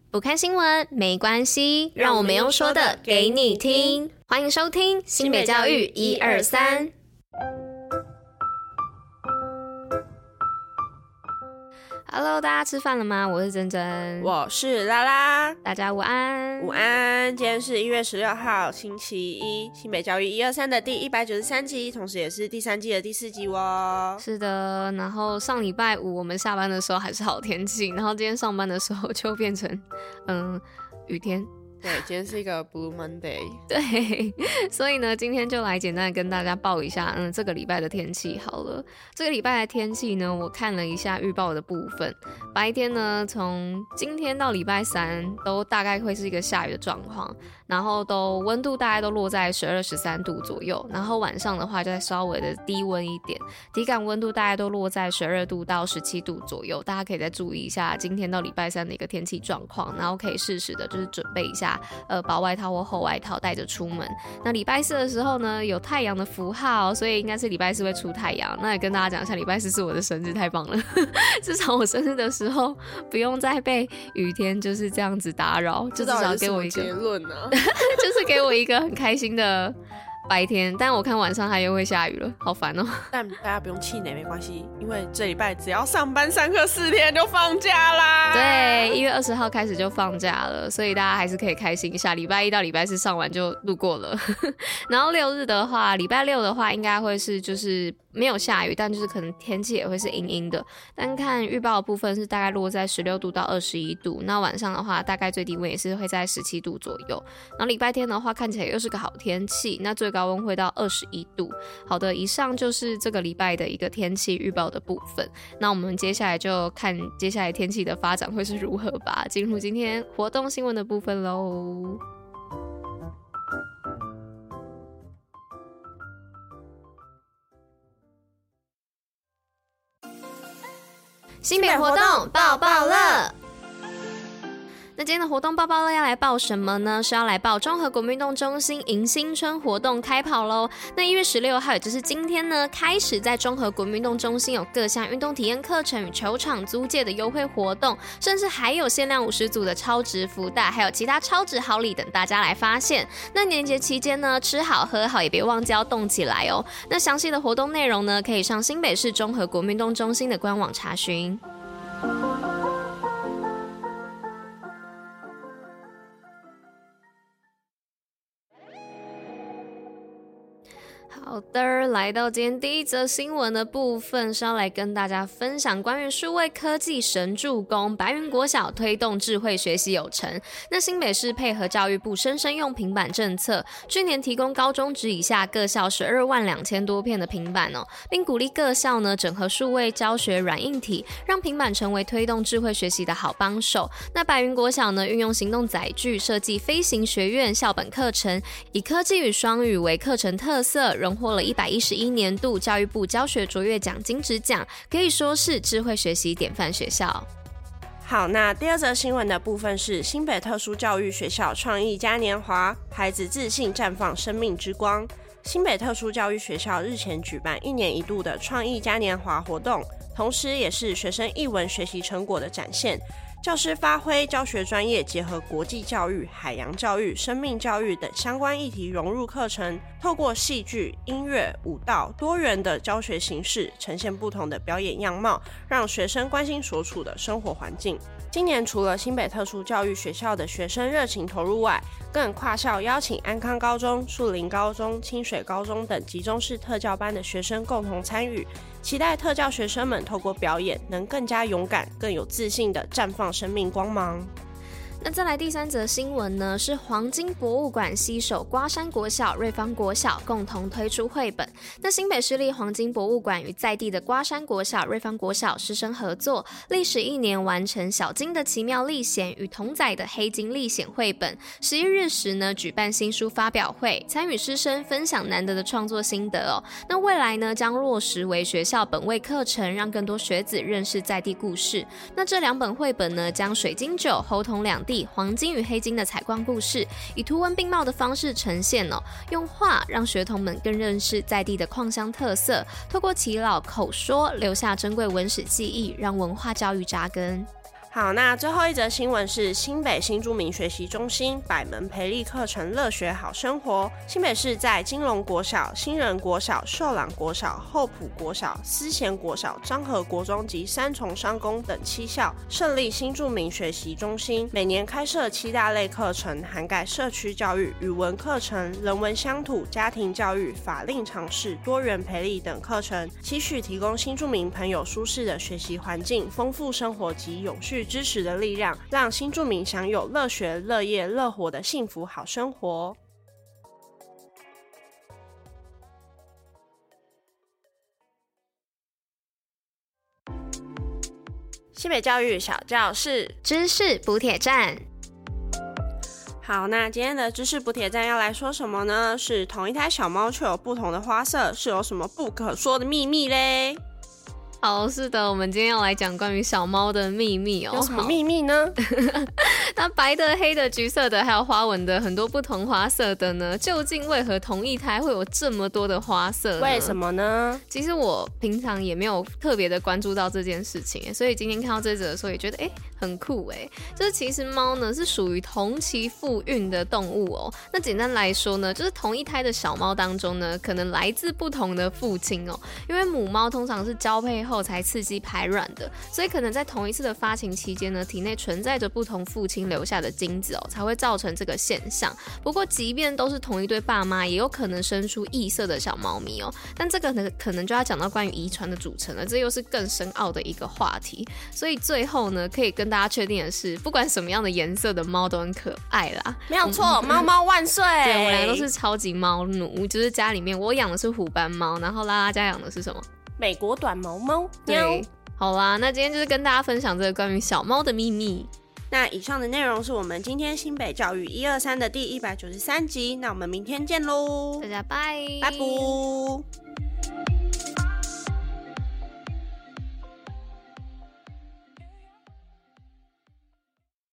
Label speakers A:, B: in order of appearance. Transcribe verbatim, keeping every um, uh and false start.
A: 不看新闻没关系，让我们用说的给你听。欢迎收听新北教育一二三。Hello， 大家吃饭了吗？我是珍珍，
B: 我是拉拉，
A: 大家午安。
B: 午安。今天是一月十六号，星期一，新北教育一二三的第一百九十三集，同时也是第三季的第四集哦。
A: 是的，然后上礼拜五我们下班的时候还是好天气，然后今天上班的时候就变成嗯雨天。
B: 对，今天是一个 Blue Monday。
A: 对，所以呢今天就来简单的跟大家报一下嗯这个礼拜的天气好了。这个礼拜的天气呢，我看了一下预报的部分，白天呢从今天到礼拜三都大概会是一个下雨的状况，然后都温度大概都落在十二、十三度左右，然后晚上的话就再稍微的低温一点，体感温度大概都落在十二度到十七度左右。大家可以再注意一下今天到礼拜三的一个天气状况，然后可以适时的就是准备一下呃薄外套或厚外套带着出门。那礼拜四的时候呢，有太阳的符号，所以应该是礼拜四会出太阳。那也跟大家讲一下，礼拜四是我的生日，太棒了至少我生日的时候不用再被雨天就是这样子打扰，就至少给我一个
B: 结论呢
A: 就是给我一个很开心的白天，但我看晚上它又会下雨了，好烦哦。
B: 但大家不用气馁，没关系，因为这礼拜只要上班上课四天就放假啦。
A: 对，一月二十号开始就放假了，所以大家还是可以开心一下。礼拜一到礼拜四上完就路过了然后六日的话，礼拜六的话应该会是就是没有下雨，但就是可能天气也会是阴阴的。但看预报的部分是大概落在十六度到二十一度，那晚上的话大概最低温也是会在十七度左右。然后礼拜天的话看起来又是个好天气，那最高温会到二十一度。好的，以上就是这个礼拜的一个天气预报的部分。那我们接下来就看接下来天气的发展会是如何吧。进入今天活动新闻的部分咯。新北活动报报乐。那今天的活动报报乐要来报什么呢？是要来报中和国民运动中心迎新春活动开跑咯。那一月十六号也就是今天呢，开始在中和国民运动中心有各项运动体验课程与球场租借的优惠活动，甚至还有限量五十组的超值福袋，还有其他超值好礼等大家来发现。那年节期间呢，吃好喝好也别忘记要动起来哦。那详细的活动内容呢，可以上新北市中和国民运动中心的官网查询。好的，来到今天第一则新闻的部分，是要来跟大家分享关于数位科技神助攻，白云国小推动智慧学习有成。那新北市配合教育部生生用平板政策，去年提供高中职以下各校十二万两千多片的平板哦，并鼓励各校呢整合数位教学软硬体，让平板成为推动智慧学习的好帮手。那白云国小呢，运用行动载具设计飞行学院校本课程，以科技与双语为课程特色，荣获了一百一十一年度教育部教学卓越奖金质奖，可以说是智慧学习典范学校。
B: 好，那第二则新闻的部分是新北特殊教育学校创意嘉年华，孩子自信绽放生命之光。新北特殊教育学校日前举办一年一度的创意嘉年华活动，同时也是学生艺文学习成果的展现。教师发挥教学专业，结合国际教育、海洋教育、生命教育等相关议题融入课程，透过戏剧、音乐、舞蹈多元的教学形式，呈现不同的表演样貌，让学生关心所处的生活环境。今年除了新北特殊教育学校的学生热情投入外，更跨校邀请安康高中、树林高中、清水高中等集中式特教班的学生共同参与，期待特教学生们透过表演，能更加勇敢、更有自信地绽放生命光芒。
A: 那再来第三则新闻呢，是黄金博物馆携手瓜山国小、瑞芳国小共同推出绘本。那新北市立黄金博物馆与在地的瓜山国小、瑞芳国小师生合作，历时一年完成小金的奇妙历险与同载的黑金历险绘本。十一日时呢，举办新书发表会，参与师生分享难得的创作心得哦。那未来呢，将落实为学校本位课程，让更多学子认识在地故事。那这两本绘本呢，将水晶酒、猴硐两地黄金与黑金的采矿故事，以图文并茂的方式呈现哦，用画让学童们更认识在地的矿乡特色，透过耆老口说留下珍贵文史记忆，让文化教育扎根。
B: 好，那最后一则新闻是新北新住民学习中心百门培力课程乐学好生活。新北市在金龙国小、新人国小、寿朗国小、厚朴国小、思贤国小、彰和国中及三重商工等七校设立新住民学习中心，每年开设七大类课程，涵盖社区教育、语文课程、人文乡土、家庭教育、法令常识、多元培力等课程，期许提供新住民朋友舒适的学习环境、丰富生活及永续支持的力量，让新住民享有乐学、乐业、乐活的幸福好生活。新北教育小教室，
A: 知识补铁站。
B: 好，那今天的知识补铁站要来说什么呢？是同一胎小猫却有不同的花色，是有什么不可说的秘密嘞？
A: 好，是的，我们今天要来讲关于小猫的秘密哦。
B: 有什么秘密呢？
A: 那白的、黑的、橘色的，还有花纹的，很多不同花色的呢，究竟为何同一胎会有这么多的花色呢？
B: 为什么呢？
A: 其实我平常也没有特别的关注到这件事情，所以今天看到这则的时候也觉得哎、欸、很酷哎。就是其实猫呢是属于同期复孕的动物哦。那简单来说呢，就是同一胎的小猫当中呢，可能来自不同的父亲哦。因为母猫通常是交配后才刺激排卵的，所以可能在同一次的发情期间呢，体内存在着不同父亲留下的精子哦，才会造成这个现象。不过，即便都是同一对爸妈，也有可能生出异色的小猫咪哦。但这个呢，可能就要讲到关于遗传的组成了，这又是更深奥的一个话题。所以最后呢，可以跟大家确定的是，不管什么样的颜色的猫都很可爱啦，
B: 没有错，猫猫万岁！
A: 对，我们两个都是超级猫奴，就是家里面我养的是虎斑猫，然后拉拉家养的是什么？
B: 美国短毛猫。
A: 对，好啦，那今天就是跟大家分享这个关于小猫的秘密。
B: 那以上的内容是我们今天新北教育一二三的第一百九十三集，那我们明天见喽，
A: 大家拜
B: 拜拜。